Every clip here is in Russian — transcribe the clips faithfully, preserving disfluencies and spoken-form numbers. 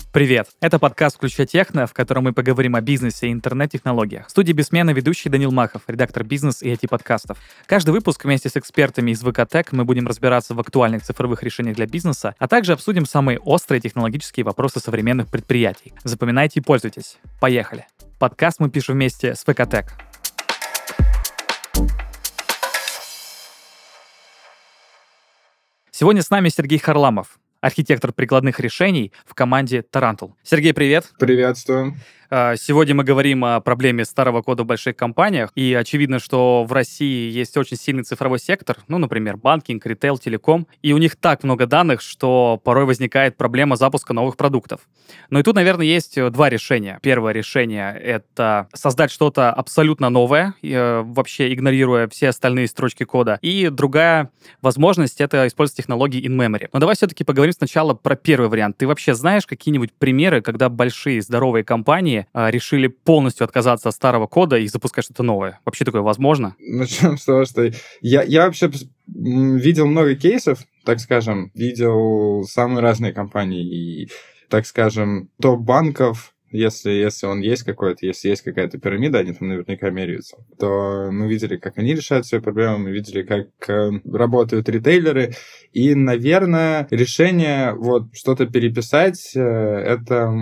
Привет! Это подкаст «Включай техно», в котором мы поговорим о бизнесе и интернет-технологиях. В студии «Бессмена» ведущий Данил Махов, редактор бизнес и ай ти-подкастов. Каждый выпуск вместе с экспертами из ВК-Tech мы будем разбираться в актуальных цифровых решениях для бизнеса, а также обсудим самые острые технологические вопросы современных предприятий. Запоминайте и пользуйтесь. Поехали! Подкаст мы пишем вместе с ВК-Tech. Сегодня с нами Сергей Харламов, архитектор прикладных решений в команде Tarantul. Сергей, привет. Приветствую. Сегодня мы говорим о проблеме старого кода в больших компаниях, и очевидно, что в России есть очень сильный цифровой сектор, ну, например, банкинг, ритейл, телеком, и у них так много данных, что порой возникает проблема запуска новых продуктов. Но и тут, наверное, есть два решения. Первое решение — это создать что-то абсолютно новое, вообще игнорируя все остальные строчки кода. И другая возможность — это использовать технологии in-memory. Но давай все-таки поговорим сначала про первый вариант. Ты вообще знаешь какие-нибудь примеры, когда большие здоровые компании решили полностью отказаться от старого кода и запускать что-то новое? Вообще такое возможно? Начнем с того, что я, я вообще видел много кейсов, так скажем, видел самые разные компании, и, так скажем, топ банков, если, если он есть какой-то, если есть какая-то пирамида, они там наверняка меряются, то мы видели, как они решают свои проблемы, мы видели, как э, работают ритейлеры, и, наверное, решение вот что-то переписать, э, это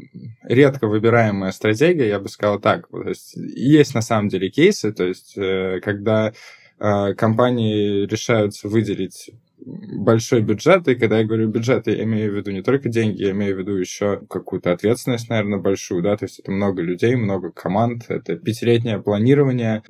редко выбираемая стратегия, я бы сказал так. То есть есть на самом деле кейсы, то есть э, когда э, компании решаются выделить большой бюджет, и когда я говорю бюджет, я имею в виду не только деньги, я имею в виду еще какую-то ответственность, наверное, большую, да, то есть это много людей, много команд, это пятилетнее планирование.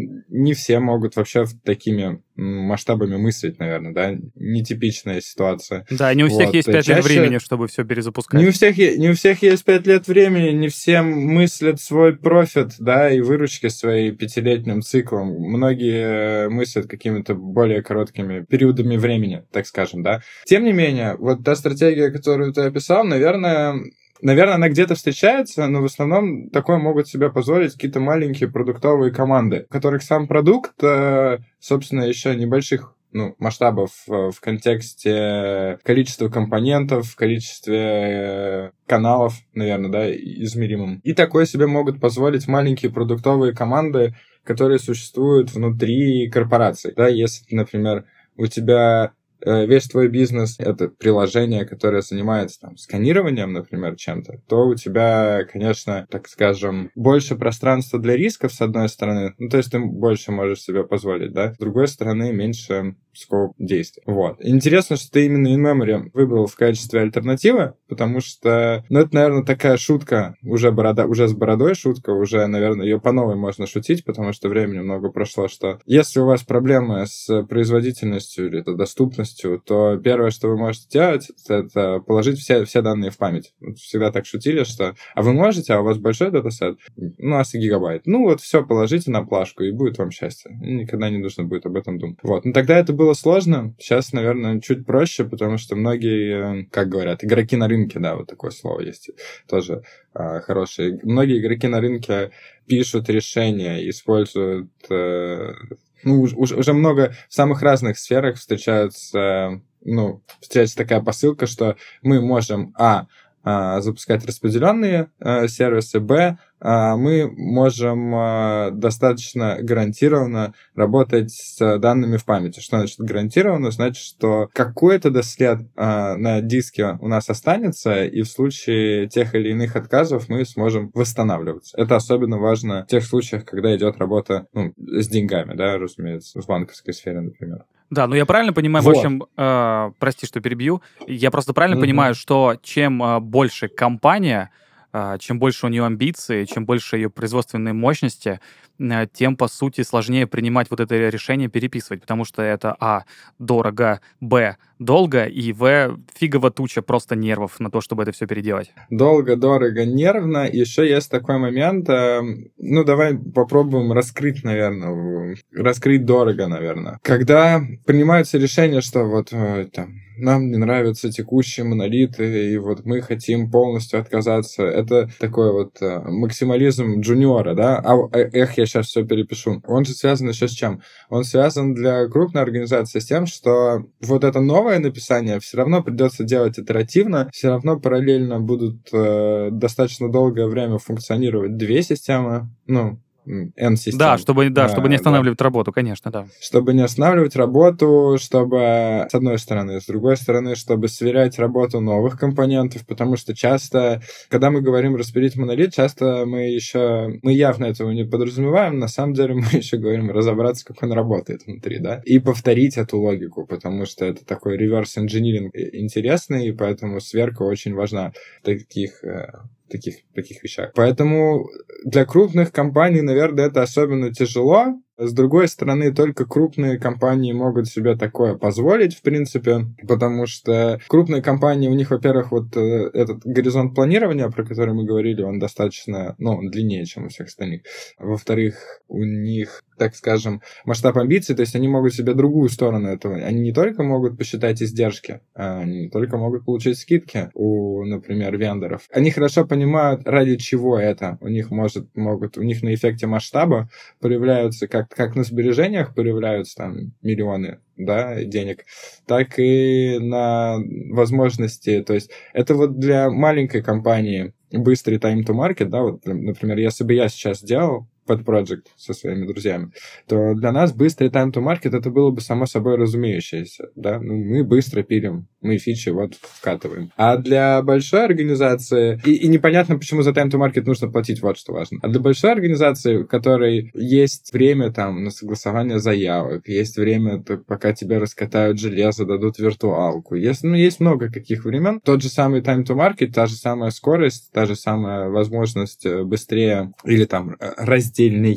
Не все могут вообще такими масштабами мыслить, наверное, да, нетипичная ситуация. Да, не у всех вот. есть пять Чаще... лет времени, чтобы все перезапускать. Не у всех, не у всех есть пять лет времени, не все мыслят свой профит, да, и выручки свои пятилетним циклом. Многие мыслят какими-то более короткими периодами времени, так скажем, да. Тем не менее, вот та стратегия, которую ты описал, наверное... Наверное, она где-то встречается, но в основном такое могут себе позволить какие-то маленькие продуктовые команды, у которых сам продукт, собственно, еще небольших ну, масштабов в контексте количества компонентов, в количестве каналов, наверное, да, измеримым. И такое себе могут позволить маленькие продуктовые команды, которые существуют внутри корпораций. Да, если, например, у тебя весь твой бизнес — это приложение, которое занимается там сканированием, например, чем-то, то у тебя, конечно, так скажем, больше пространства для рисков, с одной стороны, ну, то есть ты больше можешь себе позволить, да, с другой стороны, меньше скоп действий. Вот. Интересно, что ты именно in-memory выбрал в качестве альтернативы, потому что, ну, это, наверное, такая шутка, уже, борода, уже с бородой шутка, уже, наверное, ее по новой можно шутить, потому что времени много прошло, что если у вас проблемы с производительностью или это доступностью, то первое, что вы можете делать, это положить все, все данные в память. Вот всегда так шутили, что а вы можете, а у вас большой датасет, ну, у нас и гигабайт. Ну, вот все положите на плашку, и будет вам счастье. Никогда не нужно будет об этом думать. Вот. Но тогда это было сложно. Сейчас, наверное, чуть проще, потому что многие, как говорят, игроки на рынке, да, вот такое слово есть тоже а, хорошее. Многие игроки на рынке пишут решения, используют... А, Ну, уже, уже много в самых разных сферах встречаются, ну, встречается такая посылка, что мы можем, а, запускать распределенные сервисы, б, мы можем достаточно гарантированно работать с данными в памяти. Что значит гарантированно? Значит, что какой-то дослед на диске у нас останется, и в случае тех или иных отказов мы сможем восстанавливаться. Это особенно важно в тех случаях, когда идет работа, ну, с деньгами, да, разумеется, в банковской сфере, например. Да, ну я правильно понимаю, вот. в общем, э, прости, что перебью, я просто правильно mm-hmm. понимаю, что чем э, больше компания, э, чем больше у нее амбиции, чем больше ее производственной мощности, э, тем, по сути, сложнее принимать вот это решение переписывать, потому что это, а, дорого, б, долго, и в, фигово туча просто нервов на то, чтобы это все переделать. Долго, дорого, нервно. Еще есть такой момент, э, ну, давай попробуем раскрыть, наверное, раскрыть дорого, наверное. Когда принимаются решения, что вот э, там нам не нравятся текущие монолиты, и вот мы хотим полностью отказаться. Это такой вот э, максимализм джуниора, да? А, эх, я сейчас все перепишу. Он же связан еще с чем? Он связан для крупной организации с тем, что вот это новое написание все равно придется делать итеративно, все равно параллельно будут э, достаточно долгое время функционировать две системы, ну, N-систем. Да, чтобы, да, а, чтобы не останавливать да. работу, конечно, да. Чтобы не останавливать работу, чтобы, с одной стороны, с другой стороны, чтобы сверять работу новых компонентов, потому что часто, когда мы говорим распилить монолит, часто мы еще, мы явно этого не подразумеваем, на самом деле мы еще говорим разобраться, как он работает внутри, да, и повторить эту логику, потому что это такой реверс-инжиниринг интересный, и поэтому сверка очень важна в таких... таких, таких вещах. Поэтому для крупных компаний, наверное, это особенно тяжело. С другой стороны, только крупные компании могут себе такое позволить, в принципе, потому что крупные компании, у них, во-первых, вот этот горизонт планирования, про который мы говорили, он достаточно, ну, он длиннее, чем у всех остальных. Во-вторых, у них, так скажем, масштаб амбиций, то есть они могут себе другую сторону этого. Они не только могут посчитать издержки, а они не только могут получить скидки у, например, вендоров. Они хорошо понимают, ради чего это. У них может, могут, у них на эффекте масштаба проявляются как как на сбережениях появляются там миллионы, да, денег, так и на возможности, то есть это вот для маленькой компании быстрый time to market, да, вот, например, если бы я сейчас делал под проект со своими друзьями, то для нас быстрый time to market это было бы само собой разумеющееся, да, ну, мы быстро пилим, мы фичи вот вкатываем. А для большой организации, и, и непонятно, почему за time to market нужно платить, вот что важно. А для большой организации, у которой есть время там на согласование заявок, есть время, то, пока тебе раскатают железо, дадут виртуалку, есть, ну, есть много каких времен. Тот же самый time to market, та же самая скорость, та же самая возможность быстрее или там раздельные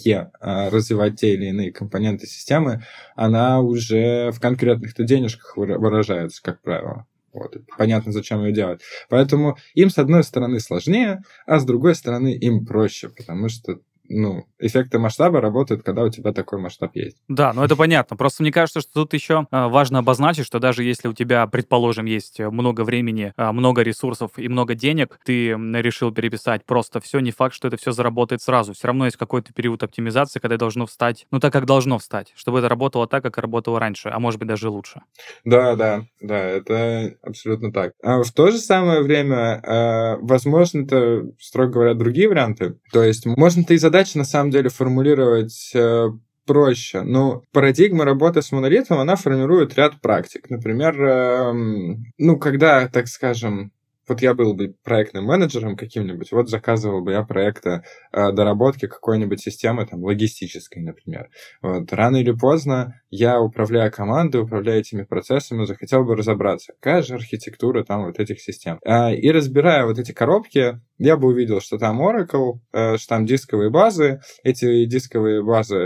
развивать те или иные компоненты системы, она уже в конкретных-то денежках выражается, как правило. Вот. Понятно, зачем ее делать. Поэтому им, с одной стороны, сложнее, а с другой стороны, им проще, потому что ну, эффекты масштаба работают, когда у тебя такой масштаб есть. Да, ну это понятно. Просто мне кажется, что тут еще важно обозначить, что даже если у тебя, предположим, есть много времени, много ресурсов и много денег, ты решил переписать просто все, не факт, что это все заработает сразу. Все равно есть какой-то период оптимизации, когда должно встать, ну так, как должно встать, чтобы это работало так, как работало раньше, а может быть даже лучше. Да, да, да, это абсолютно так. А в то же самое время, возможно, это, строго говоря, другие варианты. То есть можно-то и задать Задача, на самом деле, формулировать э, проще. Но парадигма работы с монолитом, она формирует ряд практик. Например, э, ну, когда, так скажем, вот я был бы проектным менеджером каким-нибудь, вот заказывал бы я проекты э, доработки какой-нибудь системы, там, логистической, например. Вот. Рано или поздно я, управляя командой, управляя этими процессами, захотел бы разобраться, какая же архитектура там вот этих систем. Э, и разбирая вот эти коробки, я бы увидел, что там Oracle, э, что там дисковые базы, эти дисковые базы,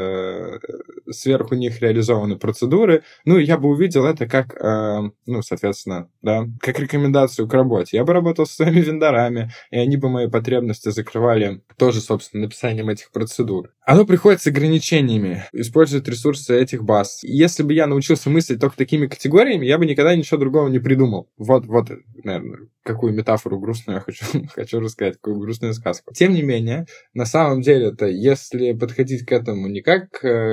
э, сверху них реализованы процедуры, ну, я бы увидел это как, э, ну, соответственно, да, как рекомендацию к работе. Я бы работал со своими вендорами, и они бы мои потребности закрывали тоже, собственно, написанием этих процедур. Оно приходит с ограничениями, использует ресурсы этих баз. Если бы я научился мыслить только такими категориями, я бы никогда ничего другого не придумал. Вот, вот, наверное, какую метафору грустную я хочу, хочу рассказать, какую грустную сказку. Тем не менее, на самом деле-то, если подходить к этому не как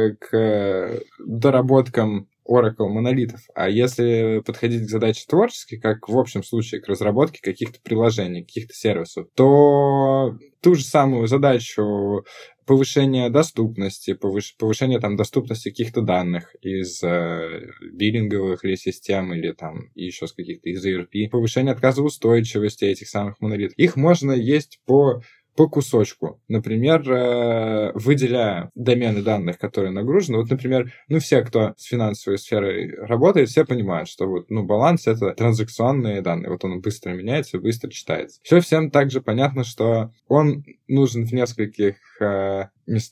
к доработкам Oracle монолитов, а если подходить к задаче творчески, как в общем случае к разработке каких-то приложений, каких-то сервисов, то ту же самую задачу повышения доступности, повыш... повышения там доступности каких-то данных из э, биллинговых или систем, или там еще с каких-то из и эр пи, повышение отказоустойчивости этих самых монолитов. Их можно есть по по кусочку. Например, выделяя домены данных, которые нагружены. Вот, например, ну, все, кто с финансовой сферой работает, все понимают, что вот, ну, баланс — это транзакционные данные. Вот он быстро меняется, быстро читается. Все всем также понятно, что он нужен в нескольких э, местах.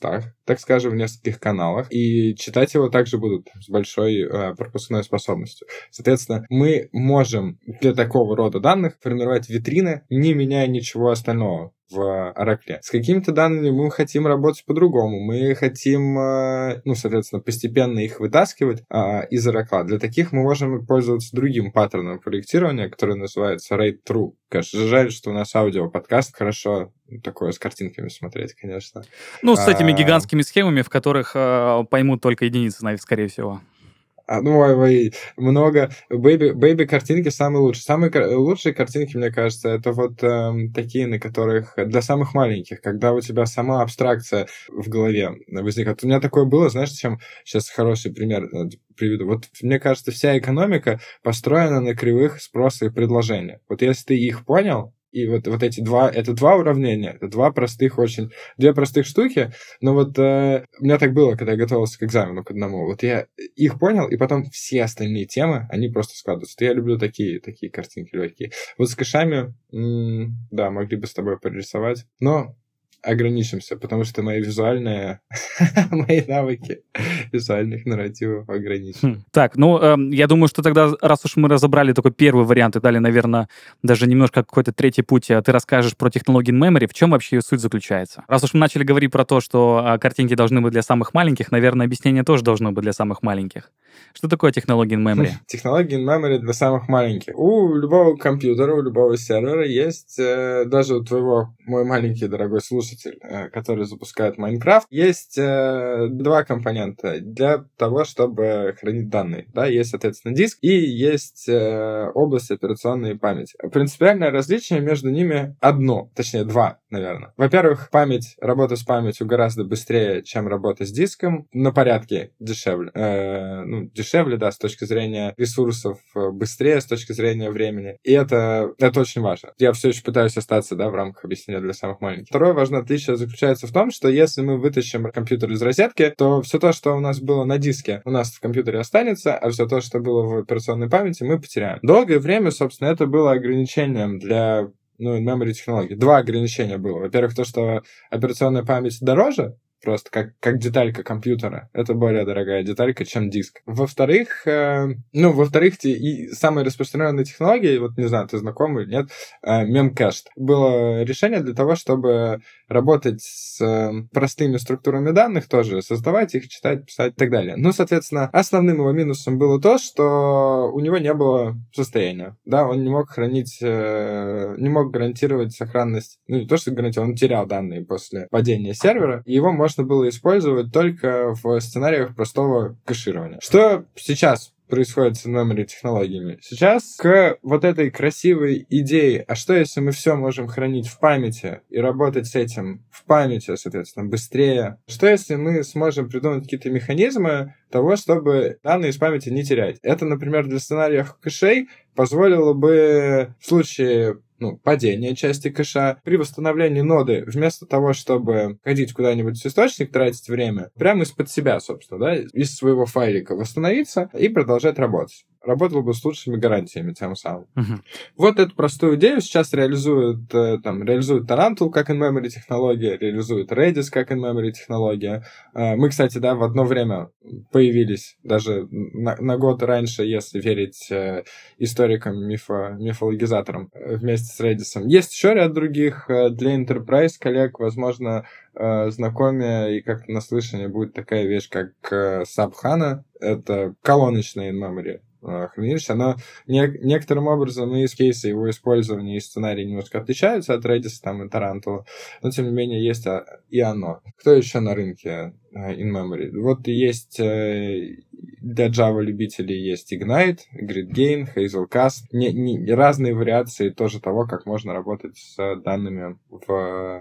так скажем, в нескольких каналах, и читать его также будут с большой э, пропускной способностью. Соответственно, мы можем для такого рода данных формировать витрины, не меняя ничего остального в Oracle. С какими-то данными мы хотим работать по-другому. Мы хотим, э, ну, соответственно, постепенно их вытаскивать э, из Oracle. Для таких мы можем пользоваться другим паттерном проектирования, который называется Rate True. Конечно, жаль, что у нас аудиоподкаст, хорошо такое с картинками смотреть, конечно. Ну, с этими гигантскими схемами, в которых э, поймут только единицы, скорее всего. А, ну, ой, ой, много. Бэйби, бэйби картинки самые лучшие. Самые кар- лучшие картинки, мне кажется, это вот эм, такие, на которых для самых маленьких, когда у тебя сама абстракция в голове возникает. У меня такое было, знаешь, чем сейчас хороший пример приведу. Вот мне кажется, вся экономика построена на кривых спроса и предложения. Вот если ты их понял, и вот, вот эти два, это два уравнения, это два простых очень, две простых штуки, но вот э, у меня так было, когда я готовился к экзамену, к одному, вот я их понял, и потом все остальные темы, они просто складываются. Я люблю такие, такие картинки легкие. Вот с кэшами, м- да, могли бы с тобой порисовать, но ограничимся, потому что мои визуальные, мои навыки визуальных нарративов ограничены. Хм. Так, ну, э, я думаю, что тогда, раз уж мы разобрали такой первый вариант и дали, наверное, даже немножко какой-то третий путь, а ты расскажешь про технологию in-memory, в чем вообще ее суть заключается? Раз уж мы начали говорить про то, что э, картинки должны быть для самых маленьких, наверное, объяснение тоже должно быть для самых маленьких. Что такое технология in-memory? Технология in-memory для самых маленьких. У любого компьютера, у любого сервера есть, э, даже у твоего, мой маленький дорогой слушатель, который запускает Майнкрафт, есть э, два компонента для того, чтобы хранить данные. Да, есть, соответственно, диск и есть э, область операционной памяти. Принципиальное различие между ними одно, точнее два, наверное. Во-первых, память, работа с памятью гораздо быстрее, чем работа с диском, на порядке дешевле. Э, ну, дешевле, да, с точки зрения ресурсов, быстрее с точки зрения времени. И это, это очень важно. Я все еще пытаюсь остаться, да, в рамках объяснения для самых маленьких. Второе важное отличие заключается в том, что если мы вытащим компьютер из розетки, то все то, что у нас было на диске, у нас в компьютере останется, а все то, что было в операционной памяти, мы потеряем. Долгое время, собственно, это было ограничением для, ну, memory технологий. Два ограничения было. Во-первых, то, что операционная память дороже, просто как, как деталька компьютера. Это более дорогая деталька, чем диск. Во-вторых, э, ну, во-вторых, те, и самая распространенная технология, вот не знаю, ты знакомый или нет, э, Memcached. Было решение для того, чтобы работать с э, простыми структурами данных тоже, создавать их, читать, писать и так далее. Ну, соответственно, основным его минусом было то, что у него не было состояния. Да, он не мог хранить, э, не мог гарантировать сохранность, ну, не то, что гарантировал, он терял данные после падения сервера, и его можно можно было использовать только в сценариях простого кэширования. Что сейчас происходит с in-memory технологиями? Сейчас к вот этой красивой идее, а что если мы все можем хранить в памяти и работать с этим в памяти, соответственно, быстрее? Что если мы сможем придумать какие-то механизмы того, чтобы данные из памяти не терять? Это, например, для сценариев кэшей позволило бы в случае ну, падение части кэша, при восстановлении ноды, вместо того, чтобы ходить куда-нибудь в источник, тратить время, прямо из-под себя, собственно, да, из своего файлика восстановиться и продолжать работать. Работал бы с лучшими гарантиями тем самым. Uh-huh. Вот эту простую идею сейчас реализует, там, реализует Tarantul как in-memory технология, реализует Redis как in-memory технология. Мы, кстати, да, в одно время появились, даже на, на год раньше, если верить историкам, мифо, мифологизаторам, вместе с Redis. Есть еще ряд других для Enterprise коллег, возможно, знакомее и как-то наслышание будет такая вещь, как SAP HANA. Это колоночная in-memory хранилище, оно не, некоторым образом и из кейса его использования и сценарии немножко отличаются от Redis там, и Tarantul, но тем не менее есть а, и оно. Кто еще на рынке in-memory? Вот есть э, для Java-любителей есть Ignite, GridGain, Hazelcast, не, не, разные вариации тоже того, как можно работать с данными в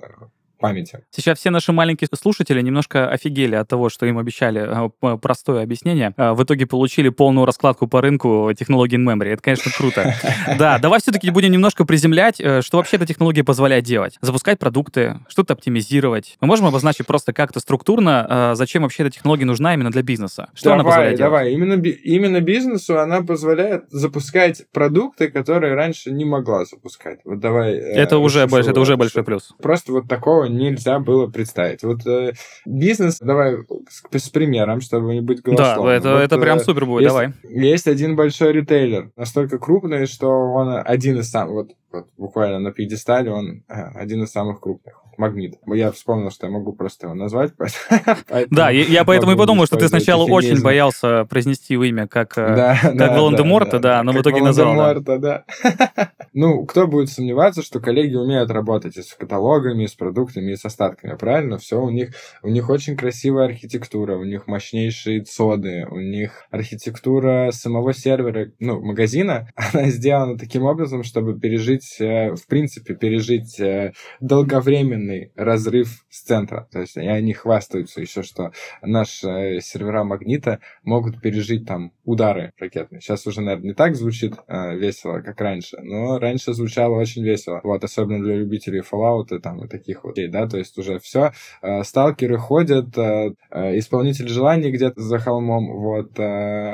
памяти. Сейчас все наши маленькие слушатели немножко офигели от того, что им обещали простое объяснение. В итоге получили полную раскладку по рынку технологий in-memory. Это, конечно, круто. Да, давай все-таки будем немножко приземлять, что вообще эта технология позволяет делать. Запускать продукты, что-то оптимизировать. Мы можем обозначить просто как-то структурно, зачем вообще эта технология нужна именно для бизнеса? Что давай, она позволяет давай. делать? Именно, именно бизнесу она позволяет запускать продукты, которые раньше не могла запускать. Вот давай. Это, э, уже, больше, это уже большой плюс. Просто вот такого нельзя было представить. Вот э, бизнес, давай с, с примером, чтобы не быть голословным. Да, это, вот, это прям э, супер будет, есть, давай. Есть один большой ритейлер, настолько крупный, что он один из самых, вот, вот буквально на пьедестале, он один из самых крупных. Магнит. Я вспомнил, что я могу просто его назвать. Да, я поэтому и подумал, что ты сначала очень боялся произнести его имя как Волан-де-Морта, да, но в итоге назвал. Волан-де-Морта, да. Ну, кто будет сомневаться, что коллеги умеют работать и с каталогами, и с продуктами, и с остатками, правильно? Все у них, у них очень красивая архитектура, у них мощнейшие цоды, у них архитектура самого сервера, ну, магазина, она сделана таким образом, чтобы пережить, в принципе, пережить долговременный разрыв с центра. То есть они хвастаются еще, что наши сервера Магнита могут пережить там удары ракетные. Сейчас уже, наверное, не так звучит э, весело, как раньше, но раньше звучало очень весело. Вот, особенно для любителей Fallout и там и таких вот, да, то есть уже все. Э, сталкеры ходят, э, э, исполнитель желаний где-то за холмом, вот, э,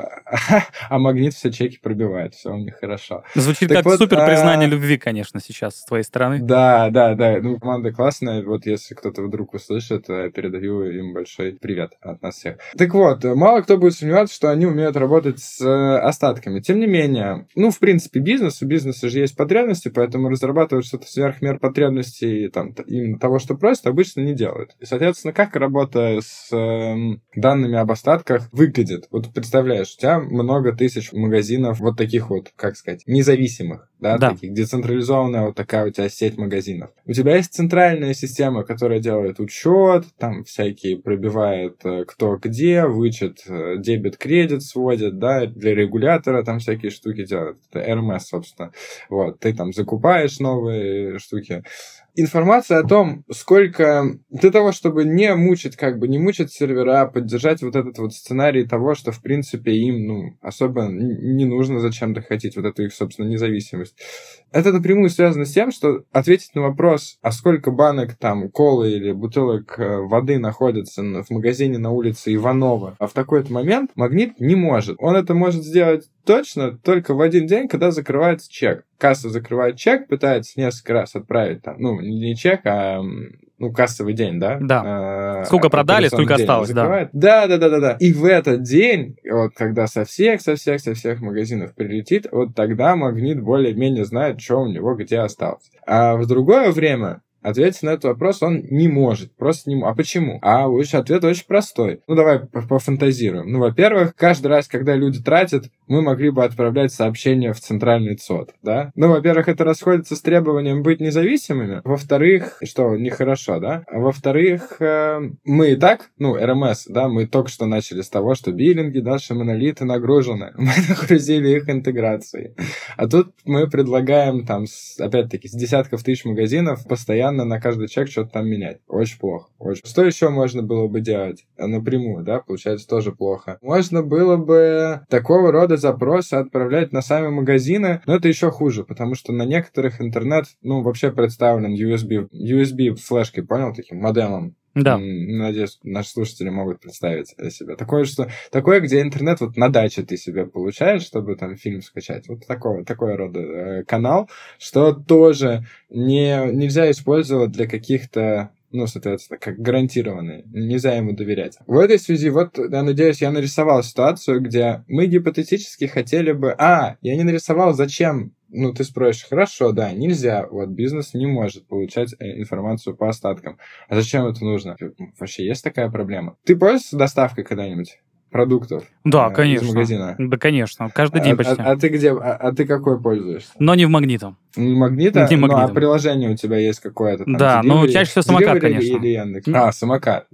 а Магнит все чеки пробивает, все у них хорошо. Звучит так как вот, супер признание а... любви, конечно, сейчас с твоей стороны. Да, да, да, ну, команда классная, вот если кто-то вдруг услышит, передаю им большой привет от нас всех. Так вот, мало кто будет сомневаться, что они умеют работать с остатками. Тем не менее, ну, в принципе, бизнес, у бизнеса же есть потребности, поэтому разрабатывать что-то сверх мер потребностей, там, именно того, что просят, обычно не делают. И, соответственно, как работа с э, данными об остатках выглядит? Вот представляешь, у тебя много тысяч магазинов вот таких вот, как сказать, независимых, да, да. таких, децентрализованная вот такая у тебя сеть магазинов. У тебя есть центральная система, которая делает учет, там всякие пробивает кто где, вычет, дебет, кредит сводит, да, для регулятора там всякие штуки делают. Это эр эм эс, собственно. Вот, ты там закупаешь новые штуки. Информация о том, сколько... Для того, чтобы не мучить, как бы, не мучить сервера, поддержать вот этот вот сценарий того, что, в принципе, им, ну, особо не нужно зачем-то хотеть вот эту их, собственно, независимость. Это напрямую связано с тем, что ответить на вопрос, а сколько банок там колы или бутылок воды находится в магазине на улице Иванова, а в такой-то момент Магнит не может. Он это может сделать точно только в один день, когда закрывается чек. Касса закрывает чек, пытается несколько раз отправить там, ну, не чек, а ну, кассовый день, да? Да. А, сколько продали, столько осталось, да. Да, да, да, да, да. И в этот день, вот когда со всех, со всех, со всех магазинов прилетит, вот тогда Магнит более-менее знает, что у него где осталось. А в другое время ответить на этот вопрос он не может. Просто не может. А почему? А ответ очень простой. Ну, давай пофантазируем. Ну, во-первых, каждый раз, когда люди тратят, мы могли бы отправлять сообщения в центральный ЦОД, да? Ну, во-первых, это расходится с требованием быть независимыми. Во-вторых, что нехорошо, да? А во-вторых, э, мы и так, ну, эр эм эс, да, мы только что начали с того, что биллинги, наши монолиты нагружены. Мы нагрузили их интеграцией. А тут мы предлагаем там, с, опять-таки, с десятков тысяч магазинов постоянно на каждый чек что-то там менять. Очень плохо. Очень. Что еще можно было бы делать? Напрямую, да, получается, тоже плохо. Можно было бы такого рода запросы отправлять на сами магазины, но это еще хуже, потому что на некоторых интернет, ну, вообще представлен ю эс би, ю эс би флешкой, понял, таким модемом. Да. Надеюсь, наши слушатели могут представить себе. Такое, что, такое, где интернет вот на даче ты себе получаешь, чтобы там фильм скачать. Вот такое, такое рода э, канал, что тоже не, нельзя использовать для каких-то, ну, соответственно, как гарантированные. Нельзя ему доверять. В этой связи, вот, я надеюсь, я нарисовал ситуацию, где мы гипотетически хотели бы... А, я не нарисовал, зачем... Ну, ты спросишь, хорошо, да, нельзя, вот, бизнес не может получать информацию по остаткам. А зачем это нужно? Вообще есть такая проблема? Ты пользуешься доставкой когда-нибудь продуктов? Да, э, конечно. Из магазина? Да, конечно, каждый день а, почти. А, а ты где, а, а ты какой пользуешься? Но не в Магнитом. Не Магнита? Не Ну, а Магнитом. приложение у тебя есть какое-то там? Да, Delivery, ну, чаще всего самокат, Delivery конечно. Или Яндекс? А, самокат.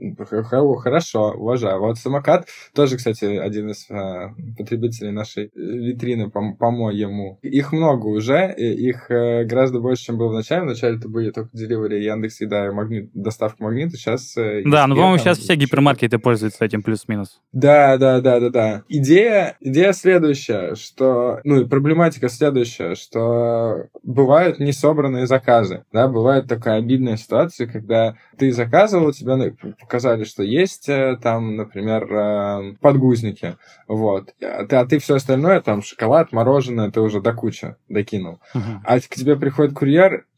Хорошо, уважаю. Вот самокат тоже, кстати, один из а, потребителей нашей витрины, по- по-моему. Их много уже, их а, гораздо больше, чем было в начале. Вначале это были только Delivery, Яндекс, Еда и Магнит, доставка Магнита. Сейчас... А, да, ну, по-моему, сейчас все гипермаркеты пользуются этим плюс-минус. Да, да, да, да, да. Идея, идея следующая, что... Ну, и проблематика следующая, что бывают несобранные заказы, да, бывает такая обидная ситуация, когда ты заказывал, тебе показали, что есть там, например, подгузники, вот, а ты, а ты все остальное, там, шоколад, мороженое, ты уже до кучи докинул. Uh-huh. А к тебе приходит курьер,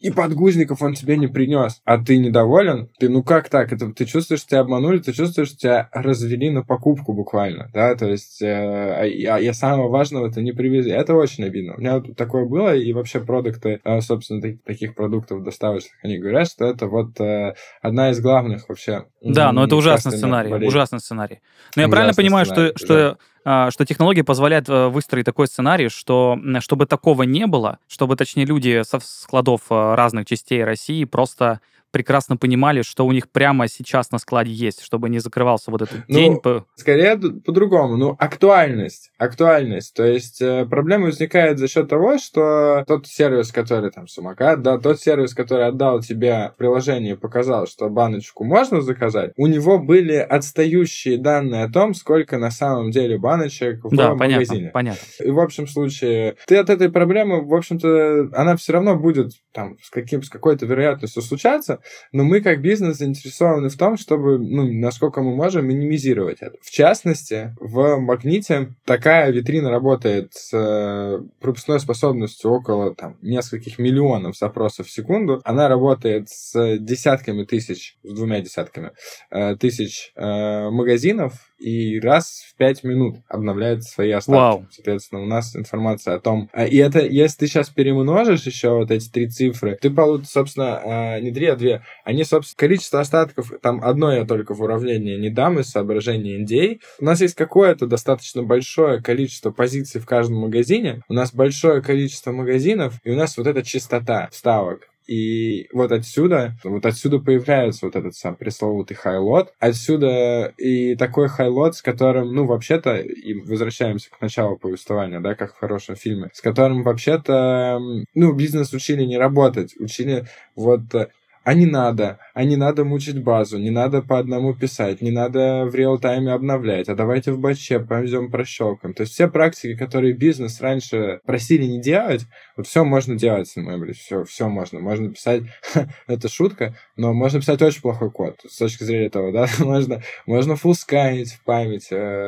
и подгузников он тебе не принес, а ты недоволен, ты, ну как так, это ты чувствуешь, что тебя обманули, ты чувствуешь, что тебя развели на покупку буквально, да, то есть э, а я самого важного-то не привезли, это очень обидно. У меня вот такое было, и вообще продукты, э, собственно, таких, таких продуктов доставочных, они говорят, что это вот э, одна из главных вообще... Да, но это ужасный сценарий, болезнь. ужасный сценарий. Но я ужасный правильно понимаю, сценарий, что, что, да. что технология позволяет выстроить такой сценарий, что чтобы такого не было, чтобы, точнее, люди со складов разных частей России просто прекрасно понимали, что у них прямо сейчас на складе есть, чтобы не закрывался вот этот ну, день. По... Скорее по-другому. Ну, актуальность. Актуальность. То есть э, проблема возникает за счет того, что тот сервис, который там самокат, да, тот сервис, который отдал тебе приложение, показал, что баночку можно заказать, у него были отстающие данные о том, сколько на самом деле баночек в да, магазине. Понятно, понятно. И в общем случае, ты от этой проблемы, в общем-то, она все равно будет там с, каким, с какой-то вероятностью случаться, но мы как бизнес заинтересованы в том, чтобы, ну, насколько мы можем, минимизировать это. В частности, в Магните такая витрина работает с э, пропускной способностью около там, нескольких миллионов запросов в секунду. Она работает с десятками тысяч, с двумя десятками э, тысяч э, магазинов, и раз в пять минут обновляет свои остатки. Вау. Соответственно, у нас информация о том... И это, если ты сейчас перемножишь еще вот эти три цифры, ты получишь, собственно, не три, а две. Они, собственно, количество остатков, там одно я только в уравнении не дам из соображения эн ди эй. У нас есть какое-то достаточно большое количество позиций в каждом магазине, у нас большое количество магазинов, и у нас вот эта частота вставок. И вот отсюда, вот отсюда появляется вот этот сам пресловутый хайлот. Отсюда и такой хайлот, с которым, ну, вообще-то, и возвращаемся к началу повествования, да, как в хорошем фильме, с которым вообще-то, ну, бизнес учили не работать, учили вот... А не надо, а не надо мучить базу, не надо по одному писать, не надо в реал-тайме обновлять, а давайте в батче пойдем прощелкаем. То есть все практики, которые бизнес раньше просили не делать, вот все можно делать с Memory, все, все можно. Можно писать, это шутка, но можно писать очень плохой код с точки зрения того, да, можно, можно фуллсканить в память,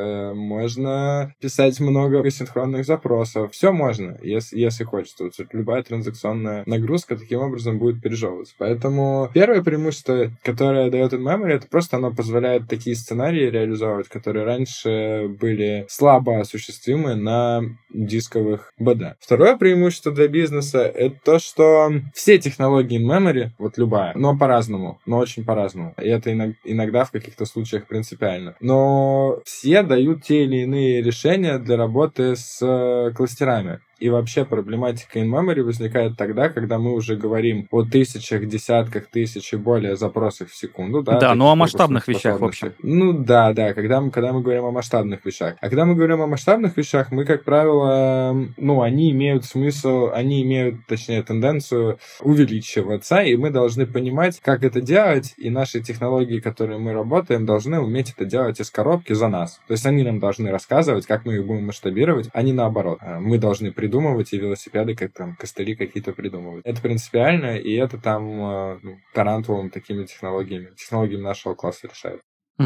можно писать много синхронных запросов, все можно, если, если хочется. Вот любая транзакционная нагрузка таким образом будет пережевываться. Поэтому первое преимущество, которое дает in-memory, это просто оно позволяет такие сценарии реализовывать, которые раньше были слабо осуществимы на дисковых би ди. Второе преимущество для бизнеса — это то, что все технологии in-memory, вот любая, но по-разному, но очень по-разному. И это иногда в каких-то случаях принципиально. Но все дают те или иные решения для работы с кластерами. И вообще проблематика in-memory возникает тогда, когда мы уже говорим о тысячах, десятках тысяч и более запросов в секунду. Да, да, ну о масштабных вещах, в общем. Ну да, да, когда мы, когда мы говорим о масштабных вещах. А когда мы говорим о масштабных вещах, мы, как правило, ну, они имеют смысл, они имеют, точнее, тенденцию увеличиваться, и мы должны понимать, как это делать, и наши технологии, которые мы работаем, должны уметь это делать из коробки за нас. То есть они нам должны рассказывать, как мы их будем масштабировать, а не наоборот. Мы должны придумывать и велосипеды, как там костыли какие-то придумывать. Это принципиально, и это там ну, тарантулом такими технологиями, технологиями нашего класса решает.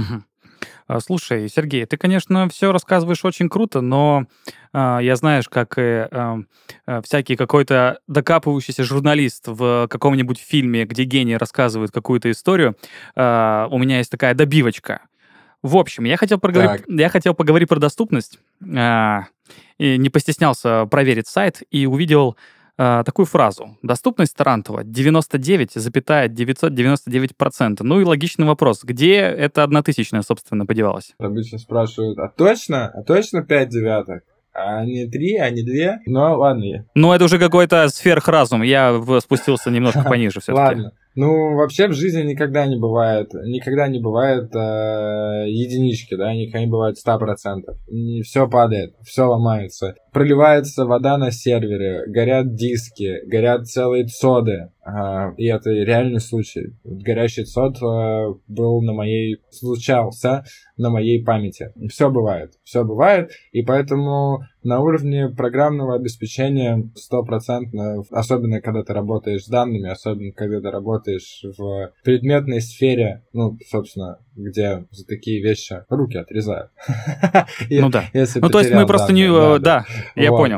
Угу. Слушай, Сергей, ты, конечно, все рассказываешь очень круто, но э, я знаешь, как и э, э, всякий какой-то докапывающийся журналист в каком-нибудь фильме, где гений рассказывает какую-то историю, э, у меня есть такая добивочка. В общем, я хотел поговорить, я хотел поговорить про доступность. Э, и не постеснялся проверить сайт и увидел э, такую фразу. Доступность Тарантула девяносто девять целых девятьсот девяносто девять процента. Ну и логичный вопрос. Где эта однотысячная, собственно, подевалась? Обычно спрашивают, а точно? А точно пять девяток? А не три, а не две? Ну, ладно. Ну, это уже какой-то сверхразум. Я спустился немножко пониже все-таки. Ладно. Ну, вообще в жизни никогда не бывает, никогда не бывает э, единички, да, никогда не бывает сто процентов. Все падает, все ломается. Проливается вода на сервере, горят диски, горят целые цоды. Э, и это реальный случай. Горящий цод э, был на моей, случался на моей памяти. Все бывает, все бывает, и поэтому на уровне программного обеспечения стопроцентно, особенно когда ты работаешь с данными, особенно когда ты работаешь в предметной сфере, ну, собственно, где за такие вещи руки отрезают. Ну да. Ну то есть мы просто не... Да, я понял.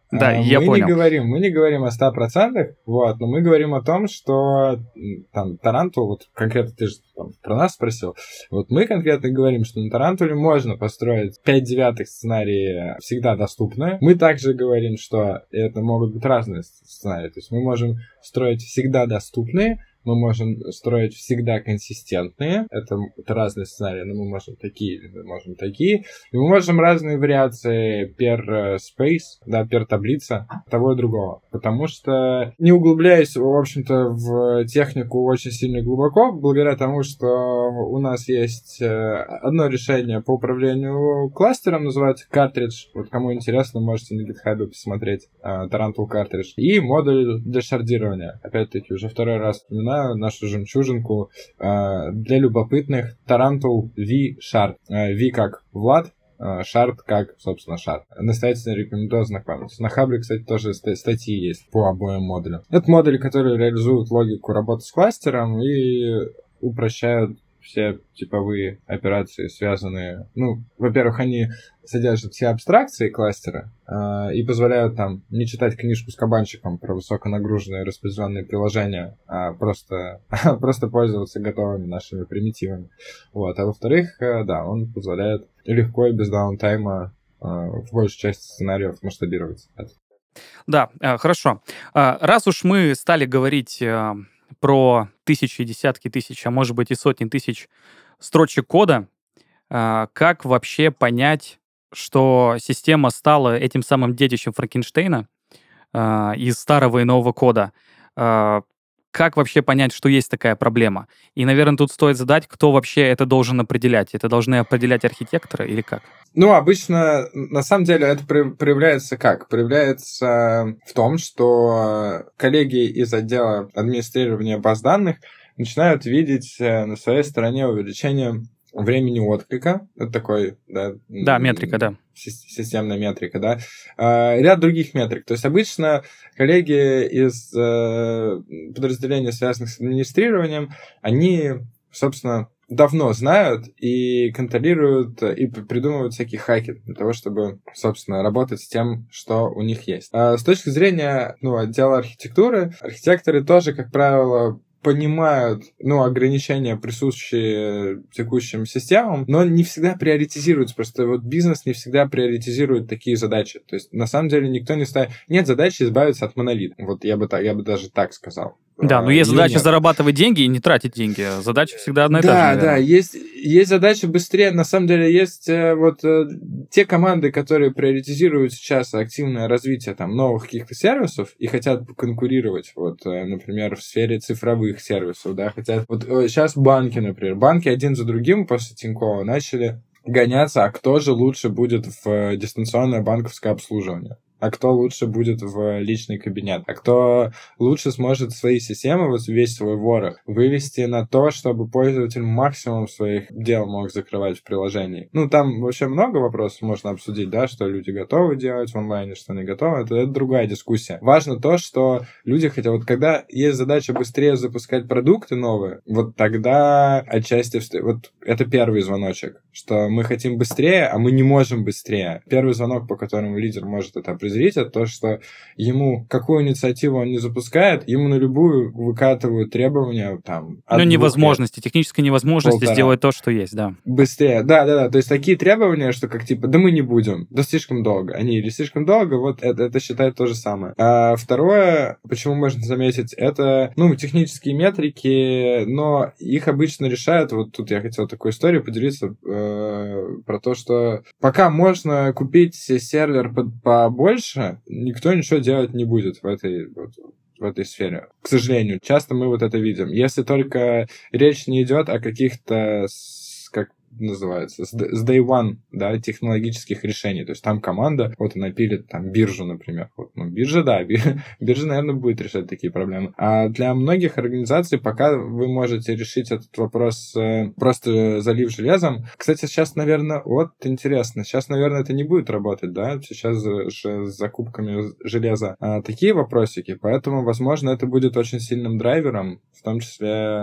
Да, А, я мы понял. не говорим, мы не говорим о ста процентах, вот, но мы говорим о том, что там Тарантул, вот конкретно ты же там, про нас спросил, вот мы конкретно говорим, что на Тарантуле можно построить пять девятых сценарии всегда доступны. Мы также говорим, что это могут быть разные сценарии, то есть мы можем строить всегда доступные, мы можем строить всегда консистентные. Это, это разные сценарии, но мы можем такие, или мы можем такие. И мы можем разные вариации per space, да, per таблица, того и другого. Потому что, не углубляясь, в общем-то, в технику очень сильно глубоко, благодаря тому, что у нас есть одно решение по управлению кластером, называется картридж. Вот кому интересно, можете на GitHub посмотреть Tarantul картридж. И модуль для шардирования. Опять-таки, уже второй раз вспоминаю нашу жемчужинку э, для любопытных Tarantul V-Shard. Э, V как Влад, э, Shard как, собственно, Shard. Настоятельно рекомендую ознакомиться. На Хабре, кстати, тоже статьи есть по обоим модулям. Это модули, которые реализуют логику работы с кластером и упрощают все типовые операции, связанные... Ну, во-первых, они содержат все абстракции кластера э, и позволяют там не читать книжку с кабанчиком про высоконагруженные распределенные приложения, а просто, просто пользоваться готовыми нашими примитивами. Вот. А во-вторых, э, да, он позволяет легко и без даунтайма э, в большей части сценариев масштабировать. Да, э, хорошо. Э, раз уж мы стали говорить... Э... про тысячи, десятки тысяч, а может быть и сотни тысяч строчек кода, как вообще понять, что система стала этим самым детищем Франкенштейна из старого и нового кода? Как вообще понять, что есть такая проблема? И, наверное, тут стоит задать, кто вообще это должен определять. Это должны определять архитекторы или как? Ну, обычно, на самом деле, это проявляется как? Проявляется в том, что коллеги из отдела администрирования баз данных начинают видеть на своей стороне увеличение времени отклика. Это такой, да... Да, метрика, да. Системная метрика, да. Ряд других метрик. То есть обычно коллеги из подразделения, связанных с администрированием, они, собственно, давно знают и контролируют, и придумывают всякие хаки для того, чтобы, собственно, работать с тем, что у них есть. А с точки зрения, ну, отдела архитектуры, архитекторы тоже, как правило, понимают, ну, ограничения, присущие текущим системам, но не всегда приоритизируются. Просто вот бизнес не всегда приоритизирует такие задачи. То есть, на самом деле, никто не ставит... Нет задачи избавиться от монолита. Вот я бы, так, я бы даже так сказал. Да, но есть задача зарабатывать деньги и не тратить деньги. Задача всегда одна и та же. Да, да, есть, есть задача быстрее. На самом деле есть вот те команды, которые приоритизируют сейчас активное развитие там новых каких-то сервисов и хотят конкурировать, вот, например, в сфере цифровых сервисов, да, хотят... Вот сейчас банки, например, банки один за другим после Тинькова начали гоняться, а кто же лучше будет в дистанционное банковское обслуживание. А кто лучше будет в личный кабинет, а кто лучше сможет свои системы, вот весь свой ворох, вывести на то, чтобы пользователь максимум своих дел мог закрывать в приложении. Ну, там вообще много вопросов можно обсудить, да, что люди готовы делать в онлайне, что не готовы, это, это другая дискуссия. Важно то, что люди хотят, вот когда есть задача быстрее запускать продукты новые, вот тогда отчасти, вот это первый звоночек, что мы хотим быстрее, а мы не можем быстрее. Первый звонок, по которому лидер может это определить, это то, что ему, какую инициативу он не запускает, ему на любую выкатывают требования там... Ну, невозможности, технической невозможности полтора. Сделать то, что есть, да. Быстрее, да-да-да, то есть такие требования, что как типа, да мы не будем, да слишком долго. Они или слишком долго, вот это, это считает то же самое. А второе, почему можно заметить, это, ну, технические метрики, но их обычно решают, вот тут я хотел такую историю поделиться, э, про то, что пока можно купить сервер побольше, никто ничего делать не будет в этой, вот, в этой сфере. К сожалению, часто мы вот это видим. Если только речь не идет о каких-то, как называется, с day one, да, технологических решений. То есть там команда, вот она пилит там биржу, например. Вот, ну, биржа, да, биржа, наверное, будет решать такие проблемы. А для многих организаций пока вы можете решить этот вопрос э, просто залив железом. Кстати, сейчас, наверное, вот интересно, сейчас, наверное, это не будет работать, да, сейчас же с закупками железа а, такие вопросики, поэтому, возможно, это будет очень сильным драйвером, в том числе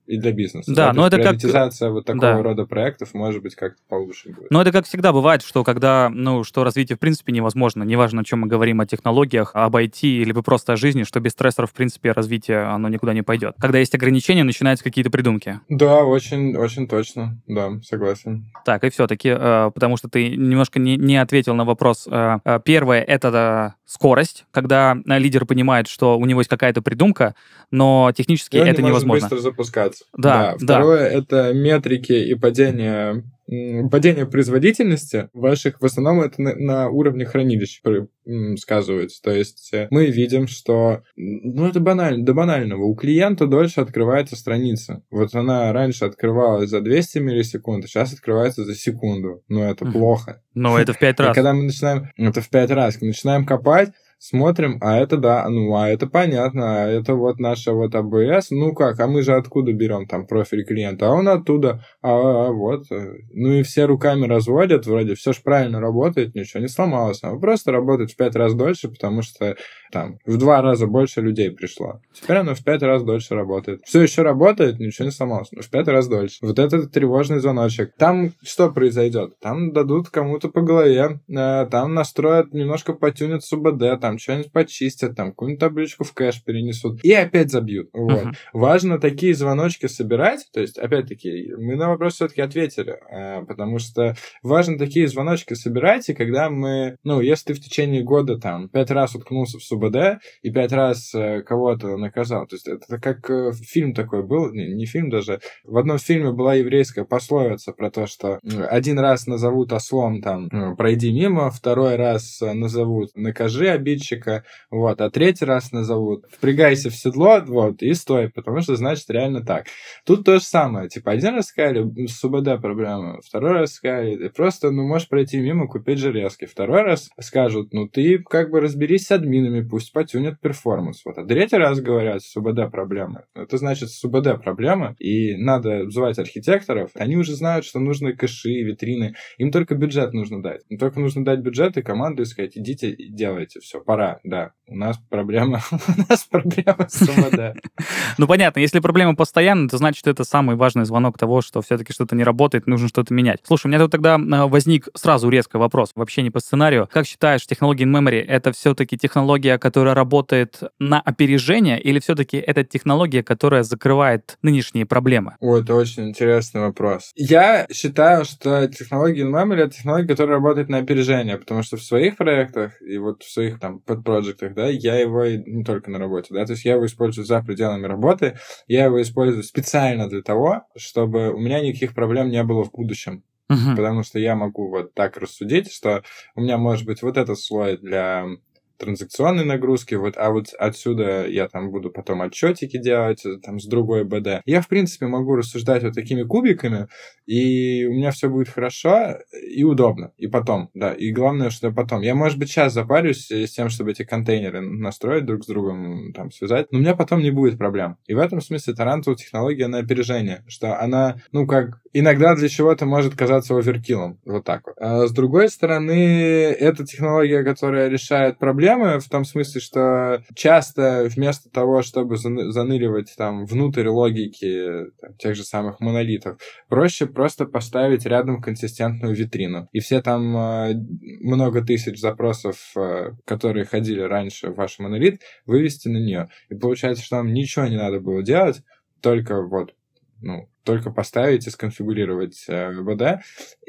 и для бизнеса. Да, да? но это как... Приоритизация вот такого да. рода проектов может быть как-то получше будет. Но это как всегда бывает, что когда, ну, что развитие в принципе невозможно, неважно, о чем мы говорим, о технологиях, об ай ти или просто о жизни, что без стрессоров, в принципе, развитие, оно никуда не пойдет. Когда есть ограничения, начинаются какие-то придумки. Да, очень, очень точно, да, согласен. Так, и все-таки, э, потому что ты немножко не, не ответил на вопрос. Э, э, первое — это э, скорость, когда э, лидер понимает, что у него есть какая-то придумка, но технически И он это не может невозможно. быстро запускаться. Да, да. Второе — это метрики и падение, м, падение производительности ваших, в основном это на, на уровне хранилищ при- м, сказывается. То есть э, мы видим, что, м, ну это банально, до банального, у клиента дольше открывается страница. Вот она раньше открывалась за двести миллисекунд, а сейчас открывается за секунду. Ну это Мгм. плохо. Но это в пять И раз. когда мы начинаем, это в пять раз, начинаем копать, смотрим, а это да, ну, а это понятно, а это вот наша вот эй би эс, ну как, а мы же откуда берем там профиль клиента, а он оттуда, а, а вот, э, ну и все руками разводят, вроде все же правильно работает, ничего не сломалось, а просто работает в пять раз дольше, потому что там в два раза больше людей пришло. Теперь оно в пять раз дольше работает. Все еще работает, ничего не сломалось, но в пять раз дольше. Вот это тревожный звоночек. Там что произойдет? Там дадут кому-то по голове, э, там настроят, немножко потюнят СУБД, там что-нибудь почистят, там какую-нибудь табличку в кэш перенесут и опять забьют. Вот. Мгм. Важно такие звоночки собирать, то есть, опять-таки, мы на вопрос все-таки ответили, э, потому что важно такие звоночки собирать, и когда мы, ну, если ты в течение года там пять раз уткнулся в СУБД и пять раз э, кого-то наказал, то есть это как э, фильм такой был, не, не фильм даже, в одном фильме была еврейская пословица про то, что э, один раз назовут ослом там э, пройди мимо, второй раз э, назовут накажи обидчика, вот, а третий раз назовут впрягайся в седло, вот, и стой, потому что значит реально так. Тут то же самое, типа один раз сказали, с СУБД проблема, второй раз сказали, ты просто, ну, можешь пройти мимо, купить железки, второй раз скажут, ну, ты как бы разберись с админами, пусть потюнят перформанс, вот, а третий раз говорят, с СУБД проблема, это значит с СУБД проблема, и надо звать архитекторов, они уже знают, что нужны кэши, витрины, им только бюджет нужно дать, им только нужно дать бюджет и команду и сказать, идите и делайте, все, пора, да, у нас проблема, у нас проблема с СУБД. Ну, понятно, если проблема постоянная, то значит, это самый важный звонок того, что все-таки что-то не работает, нужно что-то менять. Слушай, у меня тут тогда э, возник сразу резкий вопрос, вообще не по сценарию. Как считаешь, технология in-memory — это все-таки технология, которая работает на опережение, или все-таки это технология, которая закрывает нынешние проблемы? Ой, это очень интересный вопрос. Я считаю, что технология in-memory — это технология, которая работает на опережение, потому что в своих проектах и вот в своих там подпроектах, да, я его и не только на работе, да, то есть я его использую за пределами работы, я его использую специально для того, чтобы у меня никаких проблем не было в будущем. Мгм. Потому что я могу вот так рассудить, что у меня может быть вот этот слой для транзакционной нагрузки, вот, а вот отсюда я там буду потом отчетики делать, там, с другой БД. Я, в принципе, могу рассуждать вот такими кубиками, и у меня все будет хорошо и удобно. И потом, да, и главное, что потом. Я, может быть, сейчас запарюсь с тем, чтобы эти контейнеры настроить друг с другом, там, связать, но у меня потом не будет проблем. И в этом смысле Tarantul технология на опережение, что она, ну, как иногда для чего-то может казаться оверкиллом, вот так вот. А с другой стороны, это технология, которая решает проблемы, в том смысле, что часто вместо того, чтобы заныривать там внутрь логики там, тех же самых монолитов, проще просто поставить рядом консистентную витрину. И все там э, много тысяч запросов, э, которые ходили раньше в ваш монолит, вывести на нее. И получается, что вам ничего не надо было делать, только вот, ну, только поставить и сконфигурировать э, вэ бэ дэ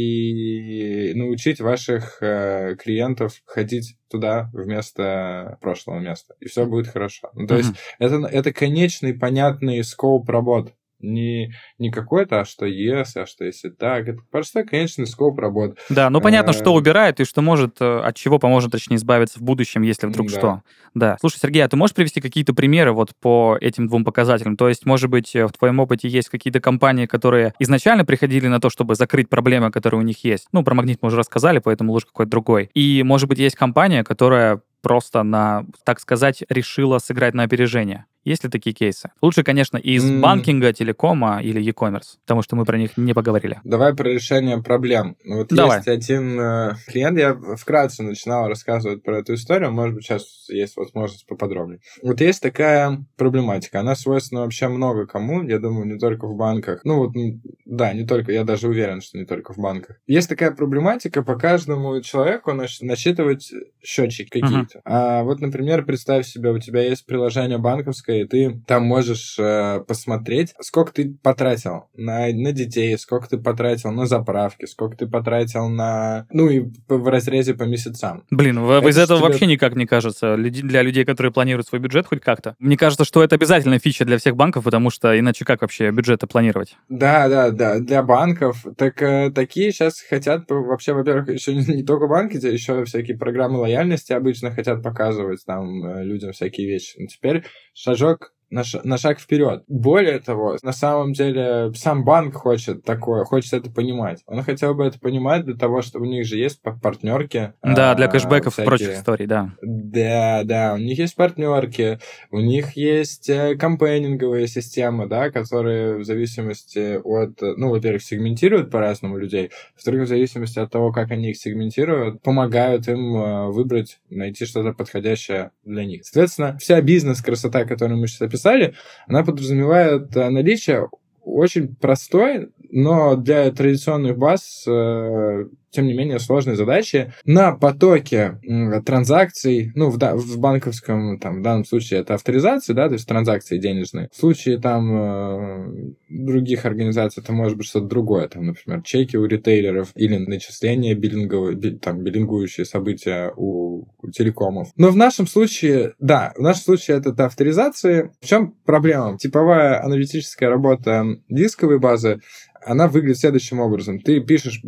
и научить ваших э, клиентов ходить туда вместо прошлого места. И все будет хорошо. Ну, то Мгм. есть это, это конечный, понятный скоуп работ. Не, не какой-то, а что если, а что если так. Это простой конечный скоп работ. Да, ну понятно, что Э, убирает и что может, э, от чего поможет, точнее, избавиться в будущем, если вдруг Да. что. Да. Слушай, Сергей, а ты можешь привести какие-то примеры вот по этим двум показателям? То есть, может быть, э, в твоем опыте есть какие-то компании, которые изначально приходили на то, чтобы закрыть проблемы, которые у них есть? Ну, про Магнит мы уже рассказали, поэтому лучше какой-то другой. И, может быть, есть компания, которая просто на, так сказать, решила сыграть на опережение. Есть ли такие кейсы? Лучше, конечно, из mm. банкинга, телекома или e-commerce, потому что мы про них не поговорили. Давай про решение проблем. Вот Давай. Есть один э, клиент, я вкратце начинал рассказывать про эту историю, может быть, сейчас есть возможность поподробнее. Вот есть такая проблематика, она свойственна вообще много кому, я думаю, не только в банках. Ну вот, да, не только, я даже уверен, что не только в банках. Есть такая проблематика, по каждому человеку насчитывать счетчики какие-то. Uh-huh. А вот, например, представь себе, у тебя есть приложение банковское, и ты там можешь э, посмотреть, сколько ты потратил на, на детей, сколько ты потратил на заправки, сколько ты потратил на... Ну и в разрезе по месяцам. Блин, в, из этого тебе... вообще никак не кажется. Для людей, которые планируют свой бюджет хоть как-то. Мне кажется, что это обязательная фича для всех банков, потому что иначе как вообще бюджеты планировать? Да, да, да. Для банков. Так э, такие сейчас хотят вообще, во-первых, еще не, не только банки, еще всякие программы лояльности обычно хотят показывать там э, людям всякие вещи. Но теперь шажок на, ш... на шаг вперед. Более того, на самом деле сам банк хочет такое, хочет это понимать. Он хотел бы это понимать для того, чтобы у них же есть партнерки. Да, для кэшбэков и прочих историй, да. Да, да, у них есть партнерки, у них есть кампейнинговые системы, да, которые в зависимости от, ну, во-первых, сегментируют по-разному людей, во-вторых, в зависимости от того, как они их сегментируют, помогают им выбрать, найти что-то подходящее для них. Соответственно, вся бизнес-красота, которую мы сейчас описали, она подразумевает наличие очень простой, но для традиционных баз, э, тем не менее, сложной задачи на потоке э, транзакций, ну, в, да, в банковском, там, в данном случае это авторизация, да, то есть транзакции денежные. В случае, там, э, других организаций это может быть что-то другое, там, например, чеки у ритейлеров или начисления биллинговые, би, там, биллингующие события у, у телекомов. Но в нашем случае, да, в нашем случае это авторизации. В чем проблема? Типовая аналитическая работа дисковой базы, она выглядит следующим образом. Ты пишешь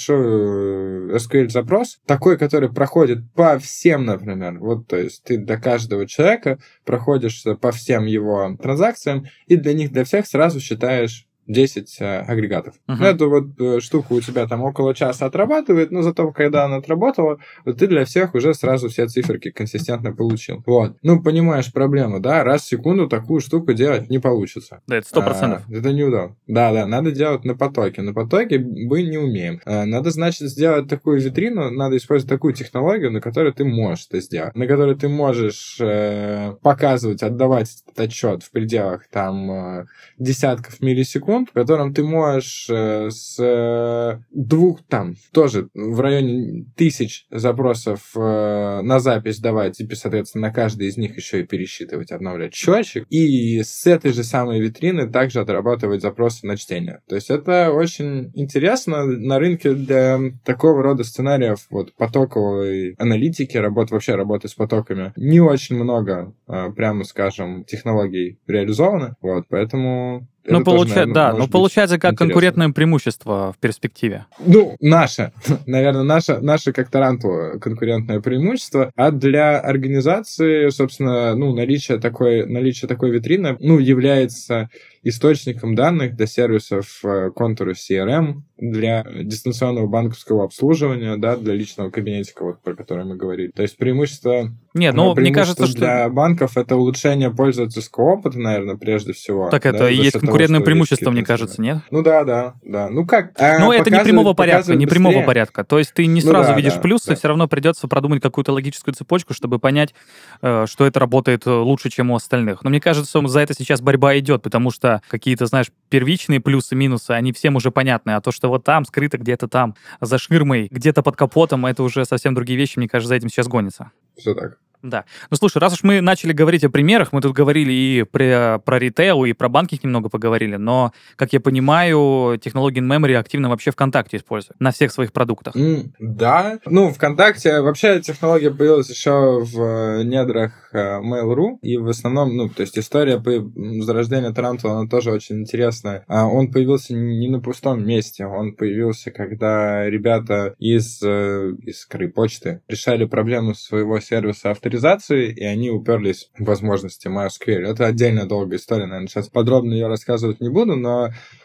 большой эс ку эль-запрос, такой, который проходит по всем, например. Вот, то есть ты для каждого человека проходишь по всем его транзакциям, и для них, для всех сразу считаешь десять э, агрегатов. Uh-huh. Эту вот э, штуку у тебя там около часа отрабатывает, но зато, когда она отработала, вот ты для всех уже сразу все циферки консистентно получил. Вот. Ну, понимаешь проблему, да? Раз в секунду такую штуку делать не получится. Да, это сто процентов. А, это неудобно. Да-да, надо делать на потоке. На потоке мы не умеем. А, надо, значит, сделать такую витрину, надо использовать такую технологию, на которой ты можешь это сделать. На которой ты можешь э, показывать, отдавать этот отчет в пределах там э, десятков миллисекунд, в котором ты можешь э, с э, двух, там, тоже в районе тысяч запросов э, на запись давать, и, соответственно, на каждый из них еще и пересчитывать, обновлять счетчик, и с этой же самой витрины также отрабатывать запросы на чтение. То есть это очень интересно. На рынке для такого рода сценариев, вот, потоковой аналитики, работ, вообще работы с потоками, не очень много, э, прямо скажем, технологий реализовано, вот, поэтому... Ну, получа... да, но получается как интересно. Конкурентное преимущество в перспективе. Ну, наше, наверное, наше, наше как Таранту конкурентное преимущество, а для организации, собственно, ну, наличие такой, наличие такой витрины, ну, является источником данных для сервисов контура си ар эм, для дистанционного банковского обслуживания, да, для личного кабинетика, вот про который мы говорили. То есть преимущество... Нет, ну, мне кажется, что... для банков это улучшение пользовательского опыта, наверное, прежде всего. Так это да, и есть конкурентное того, преимущество, мне кажется, нет? Ну да, да, да. Ну как? Ну а, это не прямого порядка, не прямого порядка. То есть ты не сразу ну, да, видишь да, плюсы, да. Все равно придется продумать какую-то логическую цепочку, чтобы понять, что это работает лучше, чем у остальных. Но мне кажется, за это сейчас борьба идет, потому что какие-то, знаешь, первичные плюсы-минусы, они всем уже понятны, а то, что вот там скрыто где-то там, за ширмой, где-то под капотом, это уже совсем другие вещи, мне кажется, за этим сейчас гонится. Все так. Да. Ну, слушай, раз уж мы начали говорить о примерах, мы тут говорили и про, про ритейл, и про банки немного поговорили, но, как я понимаю, технологии in-memory активно вообще ВКонтакте используют на всех своих продуктах. Mm, да. Ну, ВКонтакте вообще технология появилась еще в недрах Mail.ru, и в основном, ну, то есть история по зарождения Тарантула, она тоже очень интересная. Он появился не на пустом месте, он появился, когда ребята из, из почты решали проблему своего сервиса авторизации, и они уперлись в возможности MySQL. Это отдельная долгая история, наверное, сейчас подробно ее рассказывать не буду, но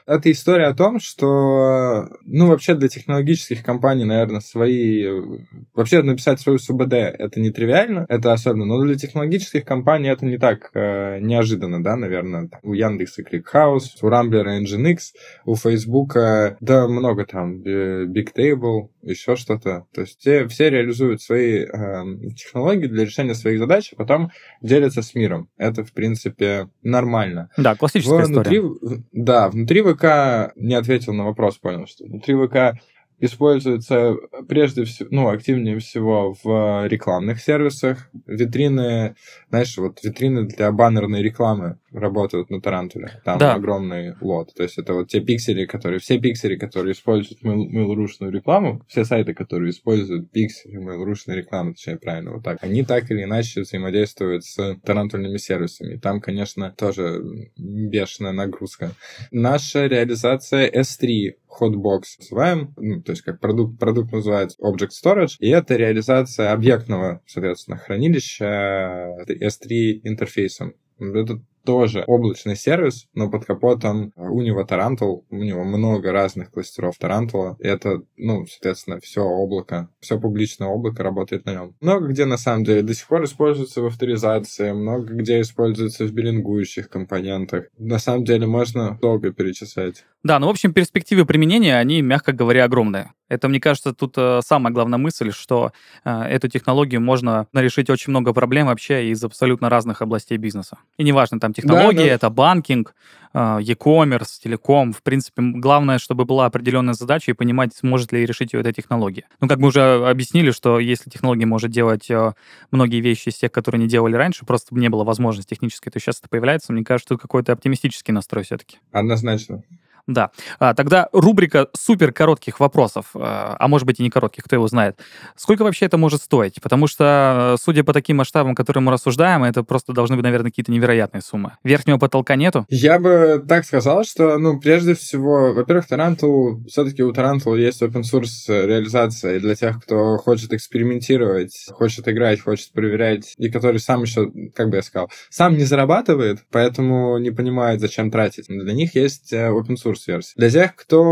Это история о том, что, ну, вообще для технологических компаний, наверное, свои... Вообще написать свою СУБД — это нетривиально, это особенно, но для технологических компаний это не так э, неожиданно, да, наверное. У Яндекса ClickHouse, у Рамблера Nginx, у Фейсбука, да, много там, Bigtable, еще что-то. То есть все, все реализуют свои э, технологии для решения своих задач, а потом делятся с миром. Это, в принципе, нормально. Да, классическая внутри, история. Да, внутри ВК не ответил на вопрос, понял, что внутри ВК используется прежде всего, ну, активнее всего в рекламных сервисах. Витрины, знаешь, вот витрины для баннерной рекламы работают на Тарантуле. Там Да. огромный лот. То есть это вот те пиксели, которые, все пиксели, которые используют Mail.ru-шную рекламу, все сайты, которые используют пиксели Mail.ru-шной рекламы, точнее, правильно, вот так, они так или иначе взаимодействуют с тарантульными сервисами. Там, конечно, тоже бешеная нагрузка. Наша реализация эс три Hotbox называем, ну, то есть как продукт, продукт называется Object Storage, и это реализация объектного, соответственно, хранилища эс три интерфейсом. Это тоже облачный сервис, но под капотом у него Tarantul, у него много разных кластеров Tarantula, и это, ну, соответственно, все облако, все публичное облако работает на нем. Много где, на самом деле, до сих пор используется в авторизации, много где используется в биллингующих компонентах. На самом деле, можно долго перечислять. Да, ну, в общем, перспективы применения, они, мягко говоря, огромные. Это, мне кажется, тут э, самая главная мысль, что э, эту технологию можно решить очень много проблем вообще из абсолютно разных областей бизнеса. И неважно, там технологии, да, да. Это банкинг, э, e-commerce, телеком. В принципе, главное, чтобы была определенная задача и понимать, сможет ли решить ее эта технология. Ну, как мы уже объяснили, что если технология может делать э, многие вещи из тех, которые не делали раньше, просто не было возможности технической, то сейчас это появляется. Мне кажется, тут какой-то оптимистический настрой все-таки. Однозначно. Да. А, тогда рубрика супер коротких вопросов, а может быть и не коротких, кто его знает. Сколько вообще это может стоить? Потому что, судя по таким масштабам, которые мы рассуждаем, это просто должны быть, наверное, какие-то невероятные суммы. Верхнего потолка нету? Я бы так сказал, что, ну, прежде всего, во-первых, Tarantul, все-таки у Tarantul есть open source реализация, и для тех, кто хочет экспериментировать, хочет играть, хочет проверять, и который сам еще, как бы я сказал, сам не зарабатывает, поэтому не понимает, зачем тратить. Для них есть open source версии. Для тех,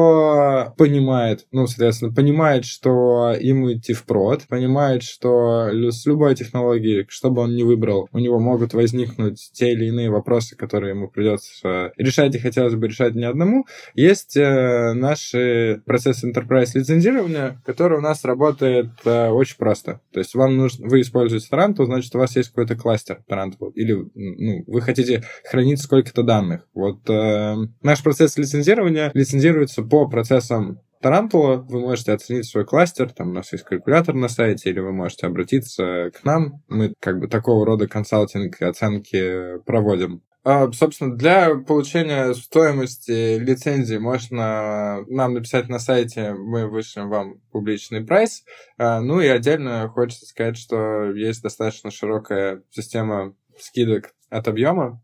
кто понимает, ну, соответственно, понимает, что ему идти в прод, понимает, что с любой технологией, что бы он ни выбрал, у него могут возникнуть те или иные вопросы, которые ему придется решать, и хотелось бы решать не одному, есть э, наши процессы enterprise лицензирования, который у нас работает э, очень просто. То есть вам нужно, вы используете Tarantul, значит, у вас есть какой-то кластер Tarantul, или ну, вы хотите хранить сколько-то данных. Вот э, наш процесс лицензирования лицензируется по процессам Tarantul. Вы можете оценить свой кластер, там у нас есть калькулятор на сайте, или вы можете обратиться к нам. Мы как бы такого рода консалтинг и оценки проводим. А, собственно, для получения стоимости лицензии можно нам написать на сайте, мы вышлем вам публичный прайс. А, ну и отдельно хочется сказать, что есть достаточно широкая система скидок от объема.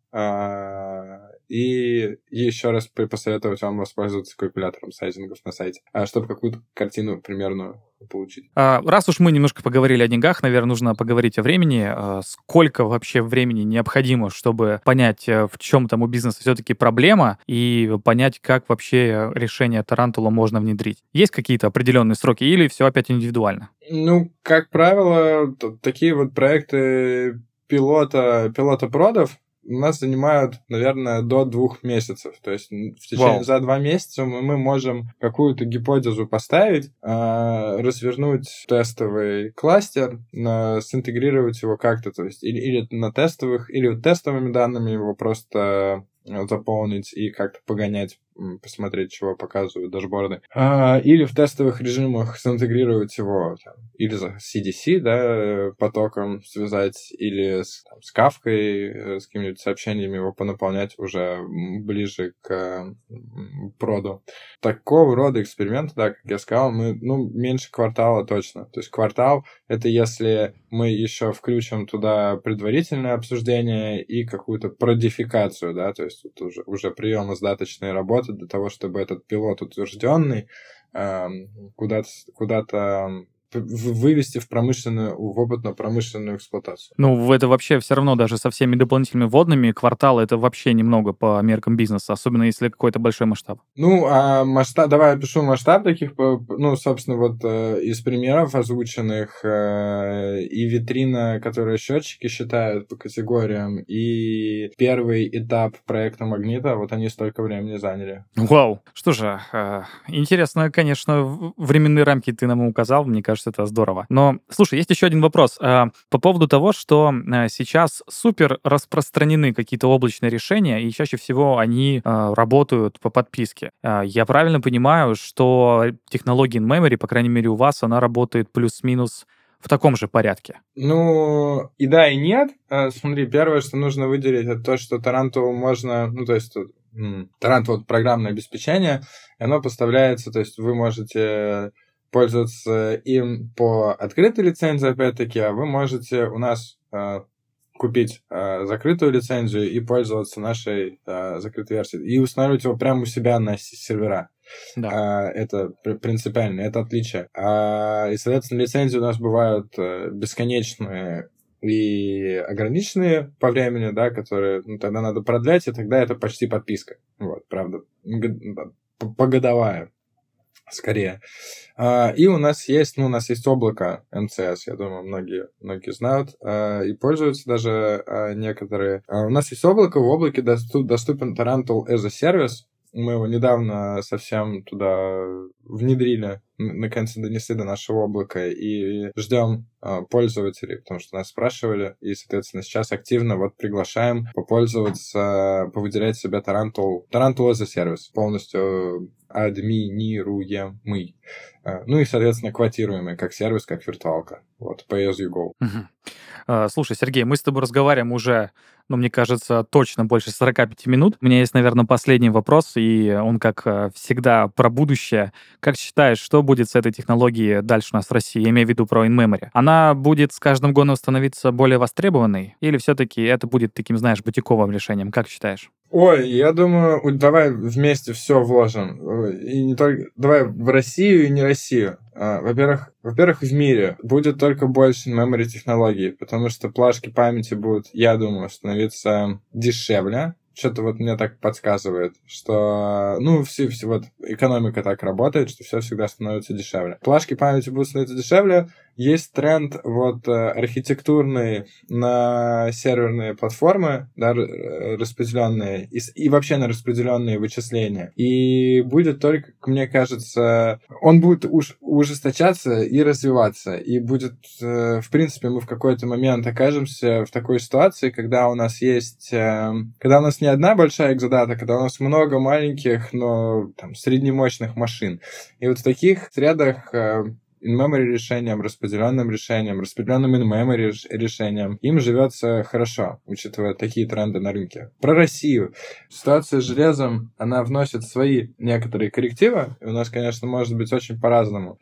А, и еще раз посоветовать вам воспользоваться калькулятором сайзингов на сайте, чтобы какую-то картину примерную получить. Раз уж мы немножко поговорили о деньгах, наверное, нужно поговорить о времени. Сколько вообще времени необходимо, чтобы понять, в чем там у бизнеса все-таки проблема, и понять, как вообще решение Тарантула можно внедрить? Есть какие-то определенные сроки или все опять индивидуально? Ну, как правило, такие вот проекты пилота, пилота продов у нас занимают, наверное, до двух месяцев. То есть в течение Вау. за два месяца мы, мы можем какую-то гипотезу поставить, э, развернуть тестовый кластер, э, синтегрировать его как-то, то есть или, или на тестовых, или тестовыми данными его просто заполнить и как-то погонять, посмотреть, чего показывают дашборды. А, или в тестовых режимах синтегрировать его там, или за си ди си, да, потоком связать, или с, там, с Kafka, с какими-нибудь сообщениями его понаполнять уже ближе к проду. Такого рода эксперименты, да, как я сказал, мы, ну, меньше квартала точно. То есть квартал — это если мы еще включим туда предварительное обсуждение и какую-то продификацию, да, то есть тут уже, уже прием издаточной работы для того, чтобы этот пилот утвержденный э, куда-то, куда-то вывести в промышленную, в опытно-промышленную эксплуатацию. Ну, это вообще все равно даже со всеми дополнительными вводными квартал это вообще немного по меркам бизнеса, особенно если какой-то большой масштаб. Ну, а масштаб, давай опишу масштаб таких, ну, собственно, вот из примеров озвученных и витрина, которую счетчики считают по категориям, и первый этап проекта Магнита, вот они столько времени заняли. Вау! Что же, интересно, конечно, временные рамки ты нам указал, мне кажется, это здорово. Но, слушай, есть еще один вопрос. По поводу того, что сейчас супер распространены какие-то облачные решения, и чаще всего они работают по подписке. Я правильно понимаю, что технология in-memory, по крайней мере у вас, она работает плюс-минус в таком же порядке? Ну, и да, и нет. Смотри, первое, что нужно выделить, это то, что Tarantul можно, ну, то есть Tarantul вот программное обеспечение, и оно поставляется, то есть вы можете пользоваться им по открытой лицензии, опять-таки, а вы можете у нас э, купить э, закрытую лицензию и пользоваться нашей э, закрытой версией. И устанавливать его прямо у себя на сервера. Да. Э, это принципиально, это отличие. Э, и, соответственно, лицензии у нас бывают э, бесконечные и ограниченные по времени, да, которые ну, тогда надо продлять, и тогда это почти подписка. Вот, правда, погодовая. Скорее. И у нас есть, ну, у нас есть облако эм си эс, я думаю, многие, многие знают и пользуются даже некоторые. У нас есть облако, в облаке доступен Tarantul as a Service. Мы его недавно совсем туда внедрили, наконец-то донесли до нашего облака и ждем пользователей, потому что нас спрашивали, и, соответственно, сейчас активно вот приглашаем попользоваться, повыделять себя Tarantul, Tarantul as a Service, полностью админируемый. Ну и, соответственно, квотируемый как сервис, как виртуалка. Вот, pay as you go. Угу. Слушай, Сергей, мы с тобой разговариваем уже, ну, мне кажется, точно больше сорок пять минут. У меня есть, наверное, последний вопрос, и он, как всегда, про будущее. Как считаешь, что будет с этой технологией дальше у нас в России? Я имею в виду про in-memory. Она будет с каждым годом становиться более востребованной? Или все-таки это будет таким, знаешь, бутиковым решением? Как считаешь? Ой, я думаю, давай вместе все вложим. И не только... Давай в Россию и не Россию. Во-первых, во-первых, в мире будет только больше memory технологий, потому что плашки памяти будут, я думаю, становиться дешевле. Что-то вот мне так подсказывает, что, ну, все, все, вот экономика так работает, что все всегда становится дешевле. Плашки памяти будут становиться дешевле. Есть тренд вот архитектурный на серверные платформы, да, распределенные, и, и вообще на распределенные вычисления. И будет только, мне кажется, он будет уж, ужесточаться и развиваться. И будет, в принципе, мы в какой-то момент окажемся в такой ситуации, когда у нас есть, когда у нас не одна большая экзодата, когда у нас много маленьких, но там, среднемощных машин. И вот в таких средах in-memory решением, распределенным решением, распределенным in-memory решением, им живется хорошо, учитывая такие тренды на рынке. Про Россию. Ситуация с железом, она вносит свои некоторые коррективы, и у нас, конечно, может быть очень по-разному,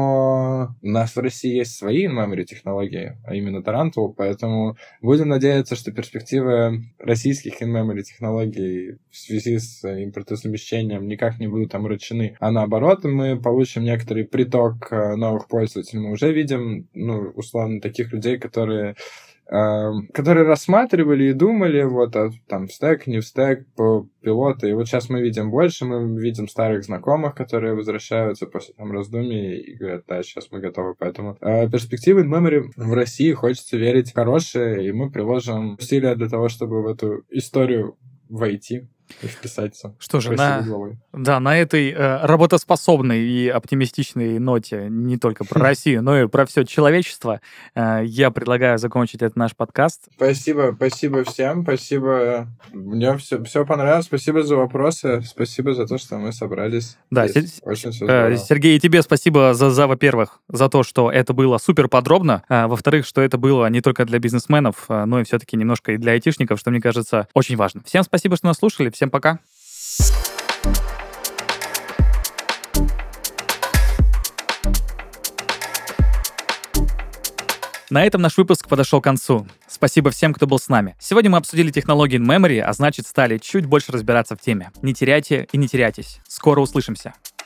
но у нас в России есть свои in-memory технологии, а именно Tarantul, поэтому будем надеяться, что перспективы российских in-memory технологий в связи с импортозамещением никак не будут омрачены, а наоборот, мы получим некоторый приток новых пользователей. Мы уже видим, ну, условно, таких людей, которые, э, которые рассматривали и думали, вот, а, там, в стек, не в стек, по пилоты. И вот сейчас мы видим больше, мы видим старых знакомых, которые возвращаются после там раздумий и говорят, да, сейчас мы готовы. Поэтому э, перспективы in-memory в России, хочется верить, хорошие, и мы приложим усилия для того, чтобы в эту историю войти и вписаться. Что же, на, да, на этой э, работоспособной и оптимистичной ноте не только про Россию, но и про все человечество э, я предлагаю закончить этот наш подкаст. Спасибо, спасибо всем, спасибо. Мне все, все понравилось, спасибо за вопросы, спасибо за то, что мы собрались. Да, Здесь. Очень все здорово. Сергей, и тебе спасибо за, за, во-первых, за то, что это было супер подробно, а, во-вторых, что это было не только для бизнесменов, но и все-таки немножко и для айтишников, что, мне кажется, очень важно. Всем спасибо, что нас слушали. Всем пока. На этом наш выпуск подошел к концу. Спасибо всем, кто был с нами. Сегодня мы обсудили технологии in-memory, а значит, стали чуть больше разбираться в теме. Не теряйте и не теряйтесь. Скоро услышимся.